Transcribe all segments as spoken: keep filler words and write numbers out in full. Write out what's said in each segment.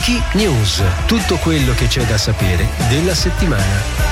Wiki News, tutto quello che c'è da sapere della settimana.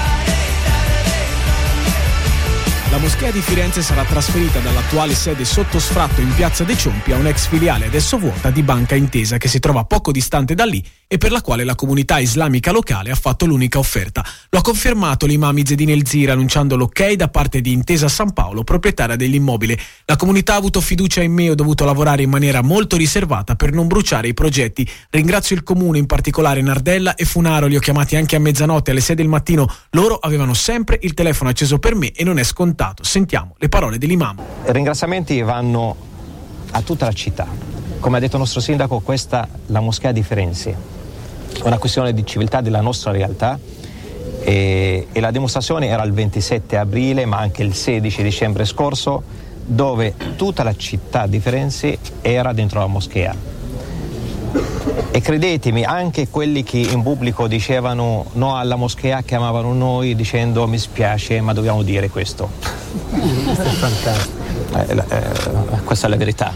La moschea di Firenze sarà trasferita dall'attuale sede sotto sfratto in Piazza dei Ciompi a un'ex filiale adesso vuota di Banca Intesa che si trova poco distante da lì e per la quale la comunità islamica locale ha fatto l'unica offerta. Lo ha confermato l'imam Izzedine El-Zir annunciando l'ok da parte di Intesa San Paolo, proprietaria dell'immobile. La comunità ha avuto fiducia in me e ho dovuto lavorare in maniera molto riservata per non bruciare i progetti. Ringrazio il comune, in particolare Nardella e Funaro, li ho chiamati anche a mezzanotte alle sei del mattino. Loro avevano sempre il telefono acceso per me e non è scontato. Sentiamo le parole dell'imam. I ringraziamenti vanno a tutta la città. Come ha detto il nostro sindaco, questa è la moschea di Firenze, una questione di civiltà della nostra realtà e, e la dimostrazione era il ventisette aprile ma anche il sedici dicembre scorso, dove tutta la città di Firenze era dentro la moschea. E credetemi, anche quelli che in pubblico dicevano no alla moschea chiamavano noi dicendo mi spiace ma dobbiamo dire questo. Questo è fantastico. Eh, eh, questa è la verità.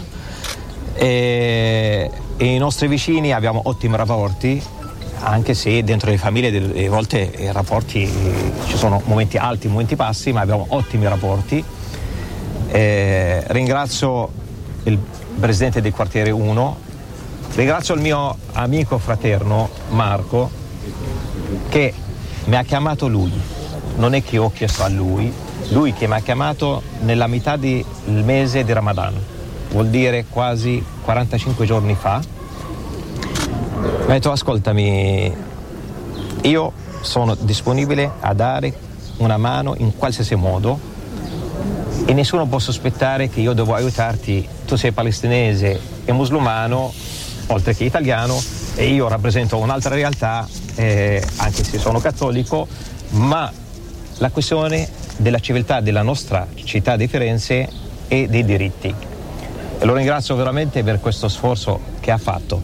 E, e i nostri vicini abbiamo ottimi rapporti, anche se dentro le famiglie delle volte i rapporti, ci sono momenti alti, momenti bassi, ma abbiamo ottimi rapporti. Eh, ringrazio il presidente del quartiere uno. Ringrazio il mio amico fraterno Marco che mi ha chiamato lui, non è che ho chiesto a lui, lui che mi ha chiamato nella metà del mese di Ramadan, vuol dire quasi quarantacinque giorni fa. Mi ha detto ascoltami, io sono disponibile a dare una mano in qualsiasi modo e nessuno può sospettare che io devo aiutarti, tu sei palestinese e musulmano oltre che italiano e io rappresento un'altra realtà, eh, anche se sono cattolico, ma la questione della civiltà della nostra città di Firenze e dei diritti. E lo ringrazio veramente per questo sforzo che ha fatto.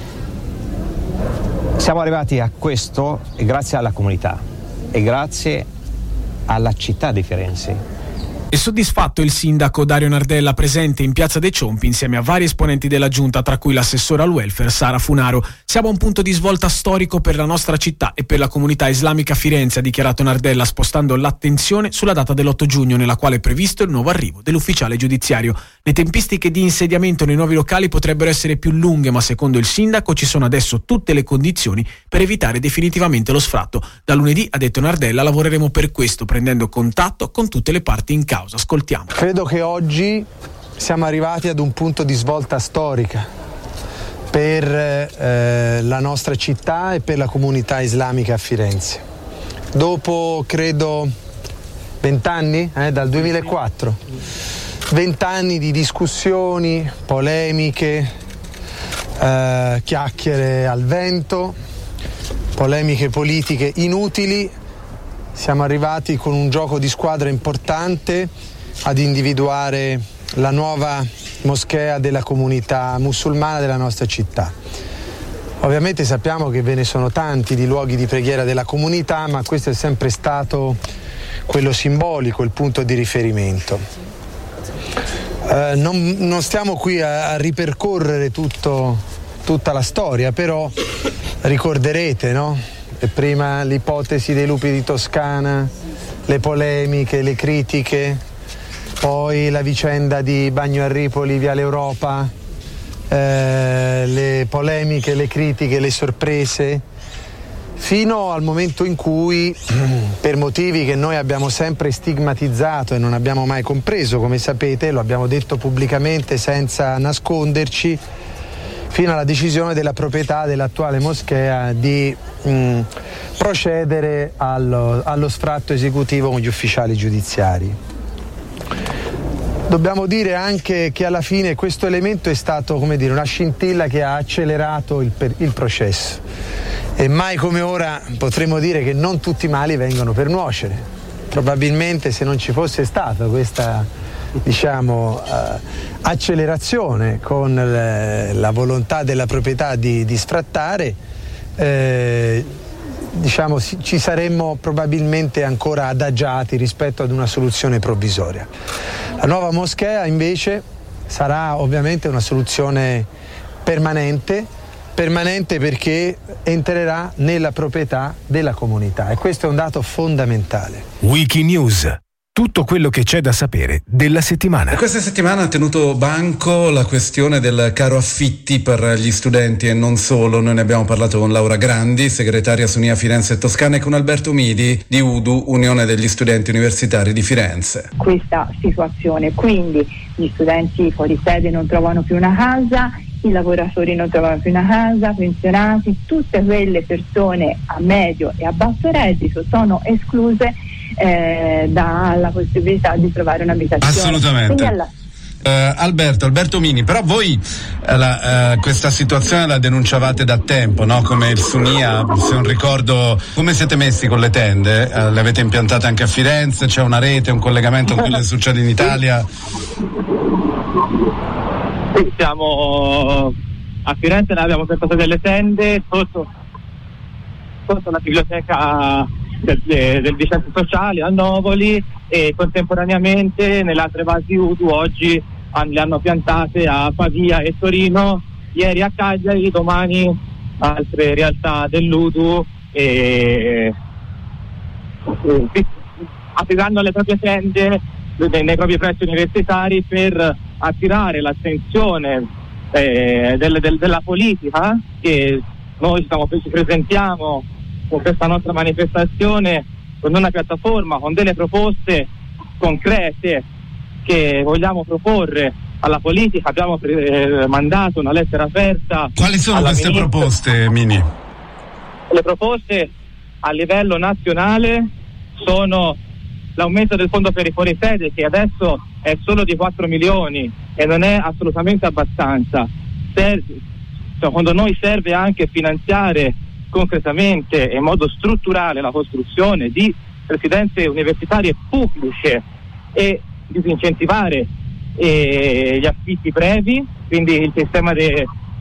Siamo arrivati a questo e grazie alla comunità e grazie alla città di Firenze. È soddisfatto il sindaco Dario Nardella, presente in Piazza dei Ciompi insieme a vari esponenti della giunta, tra cui l'assessore al welfare Sara Funaro. Siamo a un punto di svolta storico per la nostra città e per la comunità islamica a Firenze, ha dichiarato Nardella, spostando l'attenzione sulla data dell'otto giugno, nella quale è previsto il nuovo arrivo dell'ufficiale giudiziario. Le tempistiche di insediamento nei nuovi locali potrebbero essere più lunghe, ma secondo il sindaco ci sono adesso tutte le condizioni per evitare definitivamente lo sfratto. Da lunedì, ha detto Nardella, lavoreremo per questo, prendendo contatto con tutte le parti in causa. Ascoltiamo. Credo che oggi siamo arrivati ad un punto di svolta storica per eh, la nostra città e per la comunità islamica a Firenze. Dopo, credo, vent'anni, eh, dal duemilaquattro, vent'anni di discussioni, polemiche, eh, chiacchiere al vento, polemiche politiche inutili, siamo arrivati con un gioco di squadra importante ad individuare la nuova moschea della comunità musulmana della nostra città. Ovviamente sappiamo che ve ne sono tanti di luoghi di preghiera della comunità, ma questo è sempre stato quello simbolico, il punto di riferimento. Eh, non, non stiamo qui a, a ripercorrere tutto, tutta la storia, però ricorderete, no? E prima l'ipotesi dei lupi di Toscana, le polemiche, le critiche, poi la vicenda di Bagno a Ripoli, Viale Europa, eh, le polemiche, le critiche, le sorprese, fino al momento in cui, per motivi che noi abbiamo sempre stigmatizzato e non abbiamo mai compreso, come sapete, lo abbiamo detto pubblicamente senza nasconderci, fino alla decisione della proprietà dell'attuale moschea di mh, procedere allo, allo sfratto esecutivo con gli ufficiali giudiziari. Dobbiamo dire anche che alla fine questo elemento è stato, come dire, una scintilla che ha accelerato il, il processo e mai come ora potremmo dire che non tutti i mali vengono per nuocere. Probabilmente se non ci fosse stata questa diciamo uh, accelerazione con le, la volontà della proprietà di, di sfrattare, eh, diciamo ci saremmo probabilmente ancora adagiati rispetto ad una soluzione provvisoria. La nuova moschea invece sarà ovviamente una soluzione permanente permanente perché entrerà nella proprietà della comunità e questo è un dato fondamentale. Wikinews. Tutto quello che c'è da sapere della settimana. Questa settimana ha tenuto banco la questione del caro affitti per gli studenti e non solo. Noi ne abbiamo parlato con Laura Grandi, segretaria S U N I A Firenze e Toscana, e con Alberto Midi di U D U, Unione degli Studenti Universitari di Firenze. Questa situazione, quindi gli studenti fuori sede non trovano più una casa, i lavoratori non trovano più una casa, pensionati, tutte quelle persone a medio e a basso reddito sono escluse Eh, dalla possibilità di trovare un'abitazione. Assolutamente. Alla... Uh, Alberto, Alberto Mini, però voi uh, la, uh, questa situazione la denunciavate da tempo, no? Come il S U N I A, se non ricordo, come siete messi con le tende? Uh, le avete impiantate anche a Firenze? C'è una rete, un collegamento con quello che succede in Italia? Sì, siamo a Firenze, ne abbiamo portato delle tende sotto, sotto la biblioteca del, del Vicente Sociale a Novoli, e contemporaneamente nelle altre basi U D U oggi le hanno piantate a Pavia e Torino, ieri a Cagliari, domani altre realtà dell'U D U, e, e apriranno le proprie tende nei, nei propri pressi universitari per attirare l'attenzione eh, del, del, della politica, che noi siamo, ci presentiamo con questa nostra manifestazione con una piattaforma, con delle proposte concrete che vogliamo proporre alla politica. Abbiamo eh, mandato una lettera aperta. Quali sono queste ministra. proposte, Mini? Le proposte a livello nazionale sono l'aumento del fondo per i fuori sede, che adesso è solo di quattro milioni e non è assolutamente abbastanza. Serve, secondo noi serve anche finanziare concretamente e in modo strutturale la costruzione di residenze universitarie pubbliche e disincentivare eh, gli affitti brevi, quindi il sistema di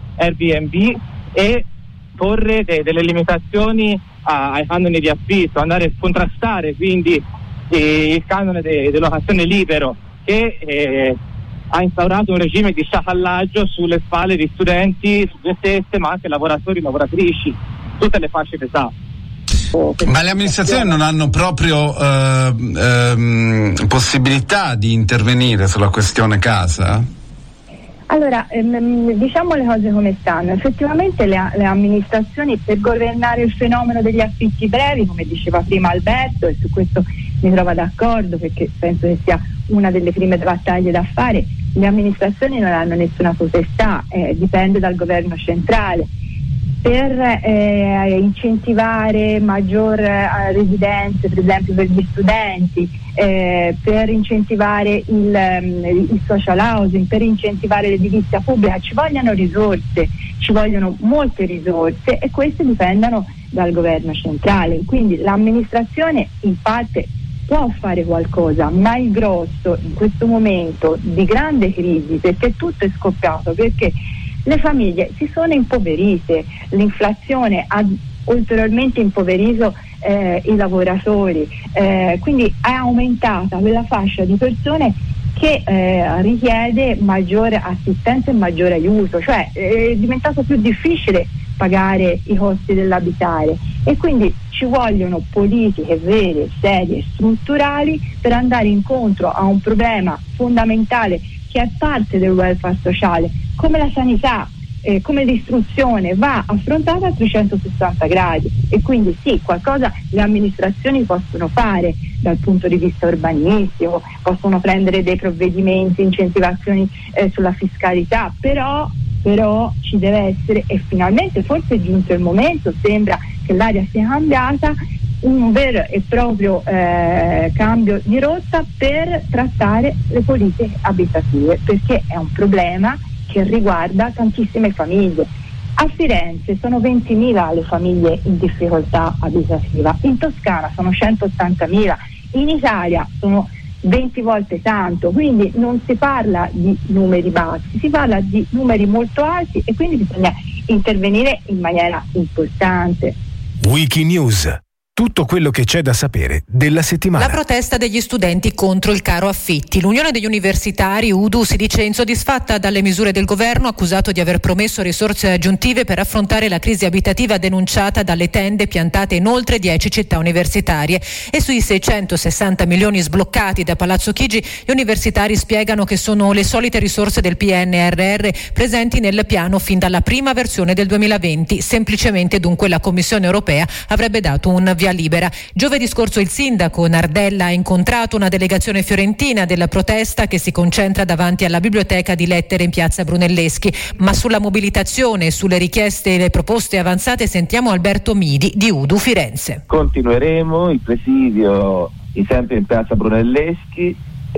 Airbnb, e porre de- delle limitazioni a- ai canoni di affitto, andare a contrastare quindi eh, il canone de- di locazione libero, che eh, ha instaurato un regime di sciacallaggio sulle spalle di studenti, studentesse, stesse, ma anche lavoratori e lavoratrici, tutte le fasce d'età. Ma le amministrazioni non hanno proprio eh, ehm, possibilità di intervenire sulla questione casa? Allora, ehm, diciamo le cose come stanno. Effettivamente le, le amministrazioni, per governare il fenomeno degli affitti brevi, come diceva prima Alberto, e su questo mi trovo d'accordo perché penso che sia una delle prime battaglie da fare, le amministrazioni non hanno nessuna potestà, eh, dipende dal governo centrale. Per eh, incentivare maggior eh, residenze, per esempio per gli studenti, eh, per incentivare il, il social housing, per incentivare l'edilizia pubblica, ci vogliono risorse, ci vogliono molte risorse, e queste dipendono dal governo centrale. Quindi l'amministrazione in parte può fare qualcosa, ma il grosso in questo momento di grande crisi, perché tutto è scoppiato, perché le famiglie si sono impoverite, l'inflazione ha ulteriormente impoverito eh, i lavoratori, eh, quindi è aumentata quella fascia di persone che eh, richiede maggiore assistenza e maggiore aiuto, cioè è diventato più difficile pagare i costi dell'abitare, e quindi ci vogliono politiche vere, serie, strutturali per andare incontro a un problema fondamentale che è parte del welfare sociale, come la sanità, eh, come l'istruzione, va affrontata a trecentosessanta gradi, e quindi sì, qualcosa le amministrazioni possono fare dal punto di vista urbanistico, possono prendere dei provvedimenti, incentivazioni eh, sulla fiscalità, però, però ci deve essere, e finalmente forse è giunto il momento, sembra che l'aria sia cambiata, un vero e proprio eh, cambio di rotta per trattare le politiche abitative, perché è un problema che riguarda tantissime famiglie. A Firenze sono ventimila le famiglie in difficoltà abitativa, in Toscana sono centottantamila, in Italia sono venti volte tanto, quindi non si parla di numeri bassi, si parla di numeri molto alti, e quindi bisogna intervenire in maniera importante. Wikinews. Tutto quello che c'è da sapere della settimana. La protesta degli studenti contro il caro affitti. L'Unione degli Universitari, U D U, si dice insoddisfatta dalle misure del governo, accusato di aver promesso risorse aggiuntive per affrontare la crisi abitativa denunciata dalle tende piantate in oltre dieci città universitarie. E sui seicentosessanta milioni sbloccati da Palazzo Chigi, gli universitari spiegano che sono le solite risorse del P N R R presenti nel piano fin dalla prima versione del duemilaventi. Semplicemente dunque la Commissione europea avrebbe dato un via libera. Giovedì scorso il sindaco Nardella ha incontrato una delegazione fiorentina della protesta che si concentra davanti alla biblioteca di lettere in piazza Brunelleschi. Ma sulla mobilitazione e sulle richieste e le proposte avanzate sentiamo Alberto Midi di U D U Firenze. Continueremo il presidio sempre in piazza Brunelleschi,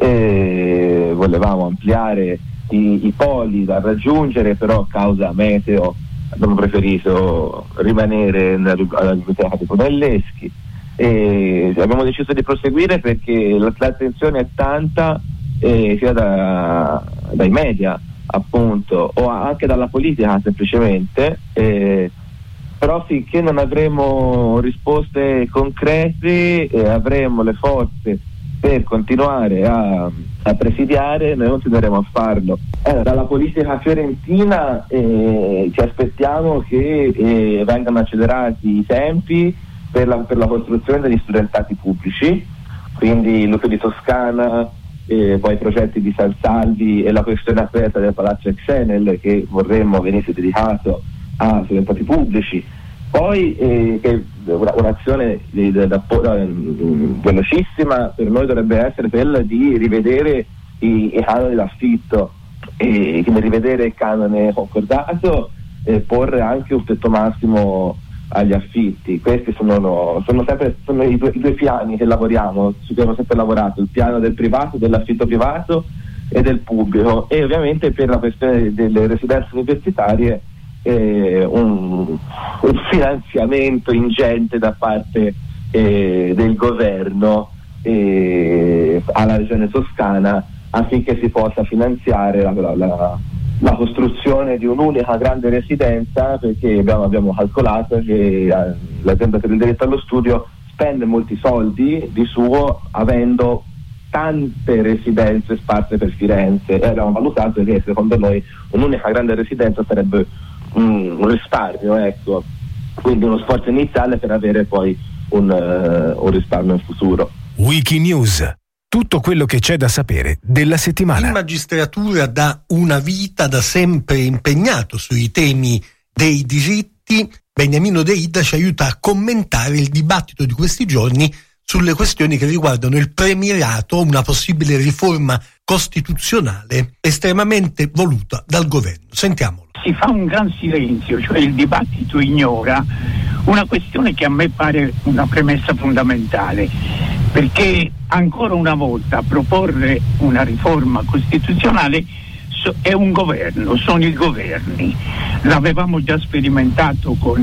e volevamo ampliare i, i poli da raggiungere, però a causa meteo abbiamo preferito rimanere nella biblioteca di Brunelleschi e abbiamo deciso di proseguire perché l'attenzione è tanta, eh, sia da, dai media appunto o anche dalla politica semplicemente, eh, però finché non avremo risposte concrete e avremo le forze per continuare a, a presidiare, noi continueremo a farlo. Eh, dalla politica fiorentina eh, ci aspettiamo che eh, vengano accelerati i tempi per la, per la costruzione degli studentati pubblici, quindi Luce di Toscana, eh, poi i progetti di San Salvi e la questione aperta del Palazzo Exenel che vorremmo venisse dedicato a studentati pubblici. Poi eh, che un'azione di, da, da, da, velocissima per noi dovrebbe essere quella di rivedere i, i canoni d'affitto e quindi rivedere il canone concordato e porre anche un tetto massimo agli affitti. Questi sono, sono sempre sono i, due, i due piani che lavoriamo, su cui abbiamo sempre lavorato, il piano del privato, dell'affitto privato e del pubblico, e ovviamente per la questione delle residenze universitarie Eh, un, un finanziamento ingente da parte eh, del governo eh, alla regione Toscana affinché si possa finanziare la, la, la, la costruzione di un'unica grande residenza, perché abbiamo, abbiamo calcolato che eh, l'azienda per il diritto allo studio spende molti soldi di suo avendo tante residenze sparse per Firenze, e abbiamo valutato che secondo noi un'unica grande residenza sarebbe un risparmio, ecco, quindi uno sforzo iniziale per avere poi un, uh, un risparmio in futuro. Wikinews, tutto quello che c'è da sapere della settimana. In magistratura da una vita, da sempre impegnato sui temi dei diritti, Beniamino De Ida ci aiuta a commentare il dibattito di questi giorni sulle questioni che riguardano il premierato, una possibile riforma costituzionale estremamente voluta dal governo. Sentiamolo. Si fa un gran silenzio, cioè il dibattito ignora una questione che a me pare una premessa fondamentale, perché ancora una volta proporre una riforma costituzionale so, è un governo, sono i governi. L'avevamo già sperimentato con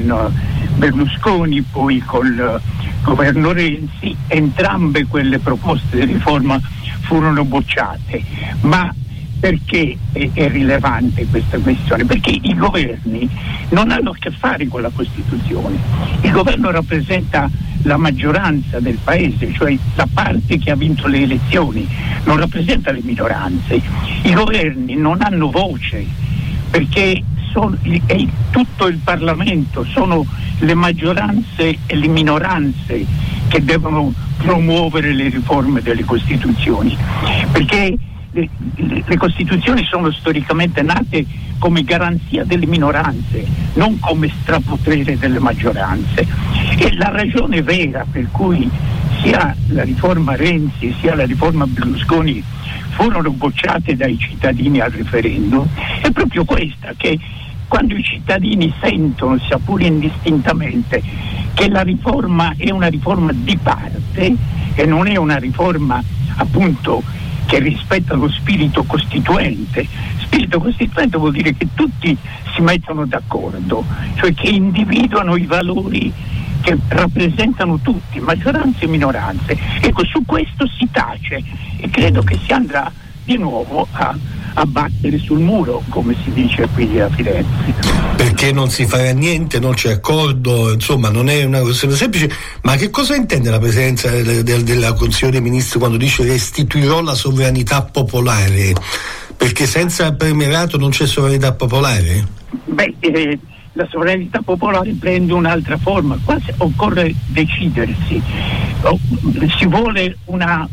Berlusconi, poi col governo Renzi, entrambe quelle proposte di riforma furono bocciate, ma perché è, è rilevante questa questione? Perché i governi non hanno a che fare con la Costituzione. Il governo rappresenta la maggioranza del paese, cioè la parte che ha vinto le elezioni, non rappresenta le minoranze. I governi non hanno voce perché sono, è tutto il Parlamento, sono le maggioranze e le minoranze che devono promuovere le riforme delle Costituzioni, perché Le, le, le Costituzioni sono storicamente nate come garanzia delle minoranze, non come strapotere delle maggioranze. E la ragione vera per cui sia la riforma Renzi sia la riforma Berlusconi furono bocciate dai cittadini al referendum è proprio questa, che quando i cittadini sentono, sia pure indistintamente, che la riforma è una riforma di parte e non è una riforma appunto che rispetta lo spirito costituente. Spirito costituente vuol dire che tutti si mettono d'accordo, cioè che individuano i valori che rappresentano tutti, maggioranze e minoranze. Ecco, su questo si tace e credo che si andrà di nuovo a, a battere sul muro, come si dice qui a Firenze. Perché non si farà niente, non c'è accordo, insomma non è una questione semplice. Ma che cosa intende la presenza del, del, della Consiglio dei Ministri quando dice restituirò la sovranità popolare? Perché senza il premierato non c'è sovranità popolare? Beh, eh, la sovranità popolare prende un'altra forma, qua occorre decidersi. O, si vuole una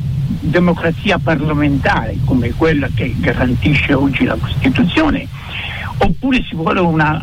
democrazia parlamentare come quella che garantisce oggi la Costituzione, oppure si vuole una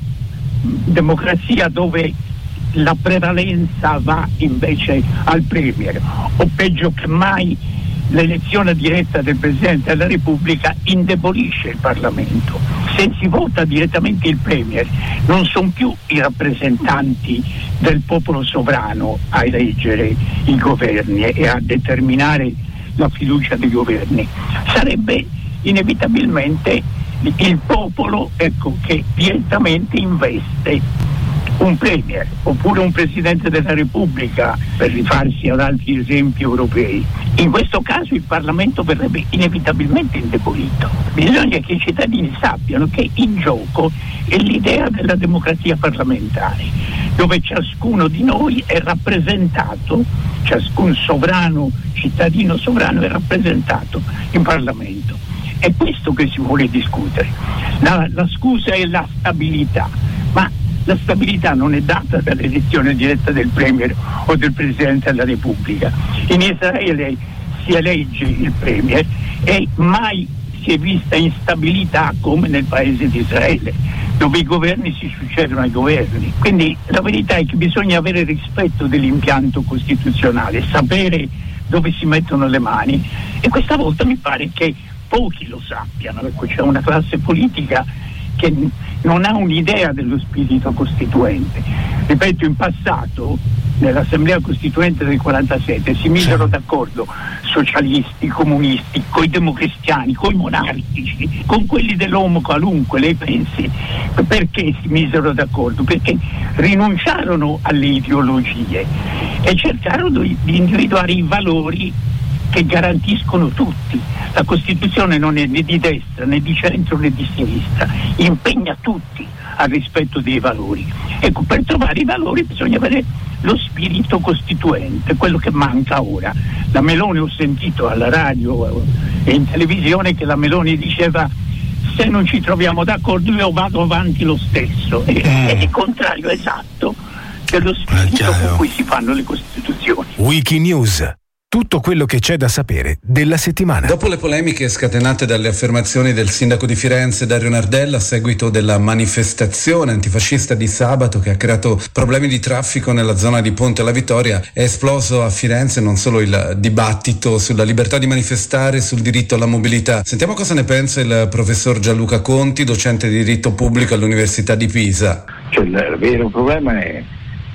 democrazia dove la prevalenza va invece al Premier, o peggio che mai l'elezione diretta del Presidente della Repubblica indebolisce il Parlamento. Se si vota direttamente il Premier non sono più i rappresentanti del popolo sovrano a eleggere i governi e a determinare la fiducia dei governi, sarebbe inevitabilmente il popolo, ecco, che direttamente investe un Premier oppure un Presidente della Repubblica, per rifarsi ad altri esempi europei. In questo caso il Parlamento verrebbe inevitabilmente indebolito. Bisogna che i cittadini sappiano che in gioco è l'idea della democrazia parlamentare, dove ciascuno di noi è rappresentato, ciascun sovrano, cittadino sovrano è rappresentato in Parlamento. È questo che si vuole discutere. La, la scusa è la stabilità, ma la stabilità non è data dall'elezione diretta del Premier o del Presidente della Repubblica. In Israele si elegge il Premier e mai si è vista instabilità come nel paese di Israele, dove i governi si succedono ai governi. Quindi la verità è che bisogna avere rispetto dell'impianto costituzionale, sapere dove si mettono le mani, e questa volta mi pare che pochi lo sappiano. Ecco, c'è una classe politica che non ha un'idea dello spirito costituente. Ripeto, in passato nell'Assemblea Costituente del quarantasette si misero d'accordo socialisti, comunisti, coi democristiani, coi monarchici, con quelli dell'uomo qualunque. Lei pensi perché si misero d'accordo? Perché rinunciarono alle ideologie e cercarono di individuare i valori che garantiscono tutti. La Costituzione non è né di destra né di centro né di sinistra, impegna tutti al rispetto dei valori. Ecco, per trovare i valori bisogna avere lo spirito costituente, quello che manca ora. La Meloni, ho sentito alla radio e in televisione che la Meloni diceva: se non ci troviamo d'accordo io vado avanti lo stesso. E, mm. è il contrario esatto dello spirito con cui si fanno le Costituzioni. Wikinews. Tutto quello che c'è da sapere della settimana. Dopo le polemiche scatenate dalle affermazioni del sindaco di Firenze Dario Nardella a seguito della manifestazione antifascista di sabato che ha creato problemi di traffico nella zona di Ponte alla Vittoria, è esploso a Firenze non solo il dibattito sulla libertà di manifestare, sul diritto alla mobilità. Sentiamo cosa ne pensa il professor Gianluca Conti, docente di diritto pubblico all'Università di Pisa. Cioè, il vero problema è: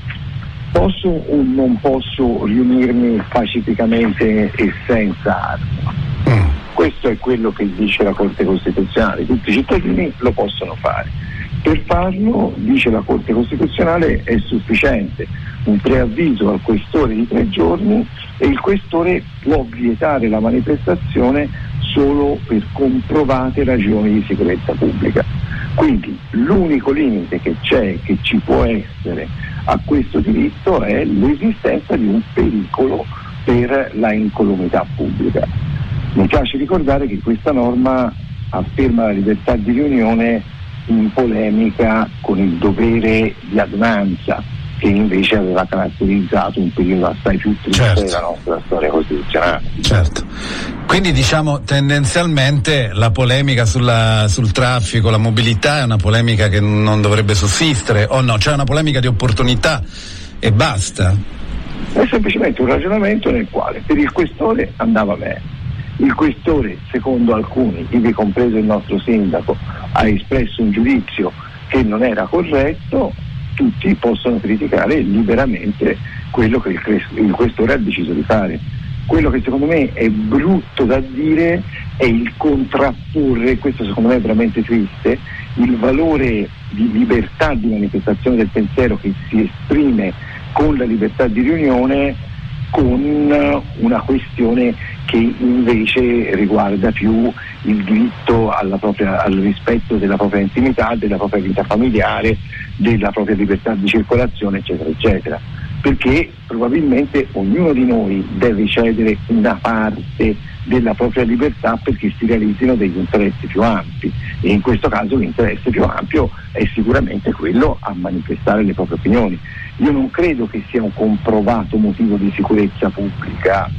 posso o non posso riunirmi pacificamente e senza armi? Mm. Questo è quello che dice la Corte Costituzionale. Tutti i cittadini lo possono fare. Per farlo, dice la Corte Costituzionale, è sufficiente un preavviso al questore di tre giorni e il questore può vietare la manifestazione solo per comprovate ragioni di sicurezza pubblica. Quindi l'unico limite che c'è, che ci può essere a questo diritto, è l'esistenza di un pericolo per la incolumità pubblica. Mi piace ricordare che questa norma afferma la libertà di riunione in polemica con il dovere di adunanza, che invece aveva caratterizzato un periodo assai più triste certo. della nostra storia costituzionale. Certo. Quindi diciamo tendenzialmente la polemica sulla, sul traffico, la mobilità è una polemica che non dovrebbe sussistere, o no? C'è una polemica di opportunità e basta? È semplicemente un ragionamento nel quale per il questore andava bene. Il questore, secondo alcuni, ivi compreso il nostro sindaco, ha espresso un giudizio che non era corretto. Tutti possono criticare liberamente quello che il, il questore ha deciso di fare. Quello che secondo me è brutto da dire è il contrapporre, questo secondo me è veramente triste, il valore di libertà di manifestazione del pensiero che si esprime con la libertà di riunione con una questione che invece riguarda più il diritto alla propria, al rispetto della propria intimità, della propria vita familiare, della propria libertà di circolazione, eccetera, eccetera. Perché probabilmente ognuno di noi deve cedere una parte della propria libertà perché si realizzino degli interessi più ampi, e in questo caso l'interesse più ampio è sicuramente quello a manifestare le proprie opinioni. Io non credo che sia un comprovato motivo di sicurezza pubblica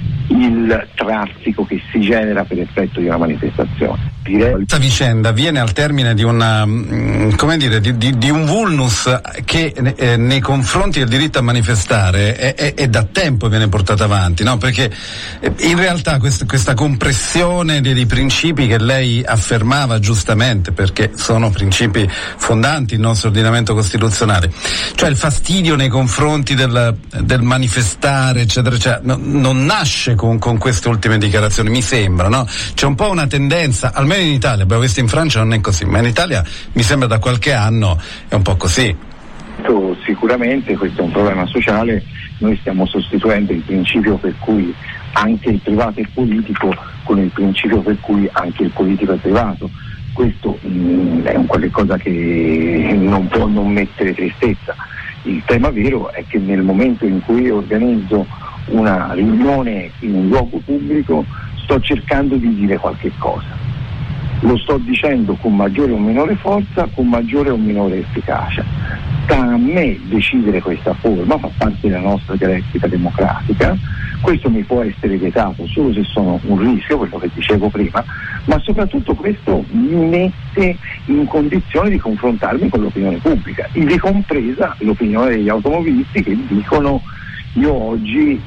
il traffico che si genera per effetto di una manifestazione. Questa vicenda viene al termine di una, come dire, di, di, di un vulnus che eh, nei confronti del diritto a manifestare è, è, è da tempo viene portato avanti, no? Perché eh, in realtà quest, questa compressione dei, dei principi che lei affermava giustamente, perché sono principi fondanti il nostro ordinamento costituzionale, cioè il fastidio nei confronti del, del manifestare, eccetera, eccetera, no, non nasce con, con queste ultime dichiarazioni, mi sembra, no? C'è un po' una tendenza, almeno in Italia, abbiamo visto in Francia non è così, ma in Italia mi sembra da qualche anno è un po' così. Sicuramente questo è un problema sociale, noi stiamo sostituendo il principio per cui anche il privato è politico con il principio per cui anche il politico è privato. Questo mh, è un qualcosa che non può non mettere tristezza. Il tema vero è che nel momento in cui organizzo una riunione in un luogo pubblico sto cercando di dire qualche cosa. Lo sto dicendo con maggiore o minore forza, con maggiore o minore efficacia. Sta a me decidere questa forma, fa parte della nostra dialettica democratica. Questo mi può essere vietato solo se sono un rischio, quello che dicevo prima, ma soprattutto questo mi mette in condizione di confrontarmi con l'opinione pubblica, ivi compresa l'opinione degli automobilisti che dicono: io oggi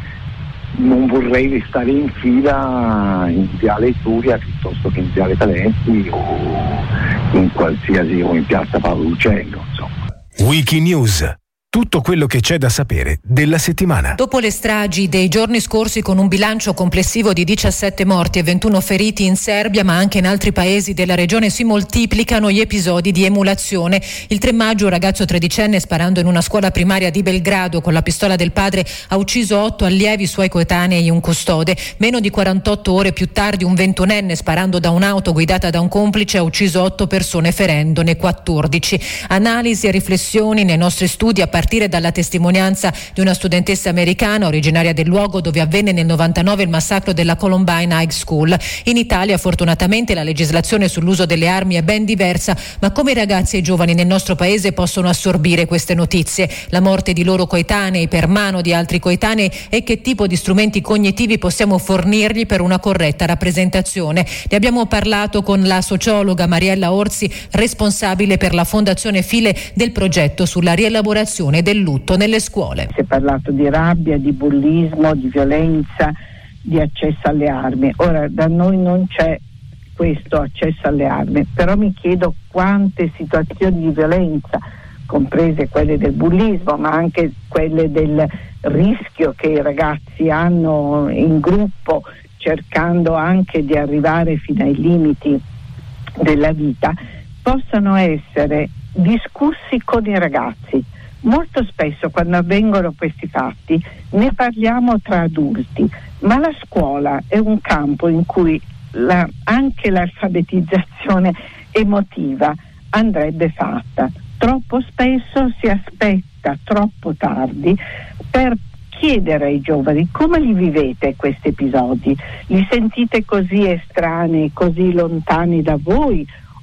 non vorrei restare in fila in Viale Etruria piuttosto che in Viale Talenti o in qualsiasi o in Piazza Paolo Uccello, insomma. Wikinews. Tutto quello che c'è da sapere della settimana. Dopo le stragi dei giorni scorsi, con un bilancio complessivo di diciassette morti e ventuno feriti in Serbia, ma anche in altri paesi della regione, si moltiplicano gli episodi di emulazione. Il tre maggio un ragazzo tredicenne, sparando in una scuola primaria di Belgrado con la pistola del padre, ha ucciso otto allievi suoi coetanei e un custode. Meno di quarantotto ore più tardi un ventunenne, sparando da un'auto guidata da un complice, ha ucciso otto persone ferendone quattordici. Analisi e riflessioni nei nostri studi a A partire dalla testimonianza di una studentessa americana originaria del luogo dove avvenne nel novantanove il massacro della Columbine High School. In Italia fortunatamente la legislazione sull'uso delle armi è ben diversa, ma come i ragazzi e i giovani nel nostro paese possono assorbire queste notizie? La morte di loro coetanei per mano di altri coetanei, e che tipo di strumenti cognitivi possiamo fornirgli per una corretta rappresentazione? Ne abbiamo parlato con la sociologa Mariella Orsi, responsabile per la Fondazione File del progetto sulla rielaborazione del lutto nelle scuole. Si è parlato di rabbia, di bullismo, di violenza, di accesso alle armi. Ora da noi non c'è questo accesso alle armi, però mi chiedo quante situazioni di violenza, comprese quelle del bullismo, ma anche quelle del rischio che i ragazzi hanno in gruppo, cercando anche di arrivare fino ai limiti della vita, possano essere discussi con i ragazzi. Molto spesso quando avvengono questi fatti ne parliamo tra adulti, ma la scuola è un campo in cui la, anche l'alfabetizzazione emotiva andrebbe fatta. Troppo spesso si aspetta troppo tardi per chiedere ai giovani come li vivete questi episodi, li sentite così estranei, così lontani da voi,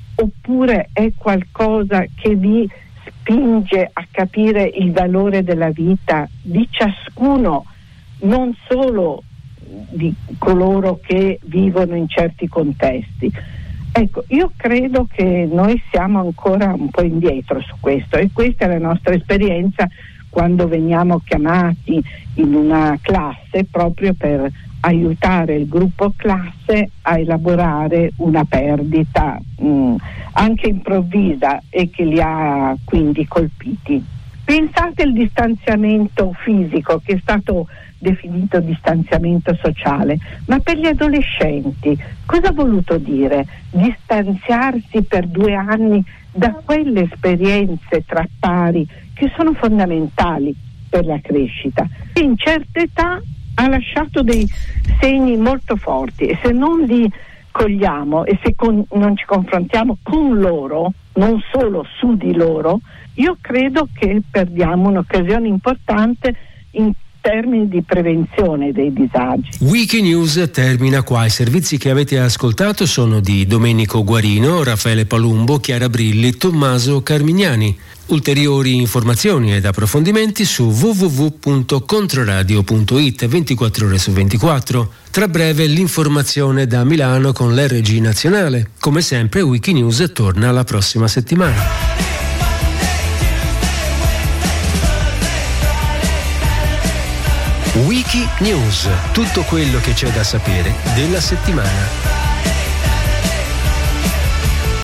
oppure è qualcosa che vi spinge a capire il valore della vita di ciascuno, non solo di coloro che vivono in certi contesti. Ecco, io credo che noi siamo ancora un po' indietro su questo, e questa è la nostra esperienza quando veniamo chiamati in una classe proprio per aiutare il gruppo classe a elaborare una perdita mh, anche improvvisa e che li ha quindi colpiti. Pensate al distanziamento fisico, che è stato definito distanziamento sociale, ma per gli adolescenti cosa ha voluto dire? Distanziarsi per due anni da quelle esperienze tra pari che sono fondamentali per la crescita. In certe età ha lasciato dei segni molto forti e se non li cogliamo e se con, non ci confrontiamo con loro, non solo su di loro, io credo che perdiamo un'occasione importante in termini di prevenzione dei disagi. Wikinews termina qua. I servizi che avete ascoltato sono di Domenico Guarino, Raffaele Palumbo, Chiara Brilli, Tommaso Carmignani. Ulteriori informazioni ed approfondimenti su w w w punto controradio punto i t ventiquattro ore su ventiquattro. Tra breve l'informazione da Milano con l'R G nazionale. Come sempre Wikinews torna la prossima settimana. Wikinews, tutto quello che c'è da sapere della settimana.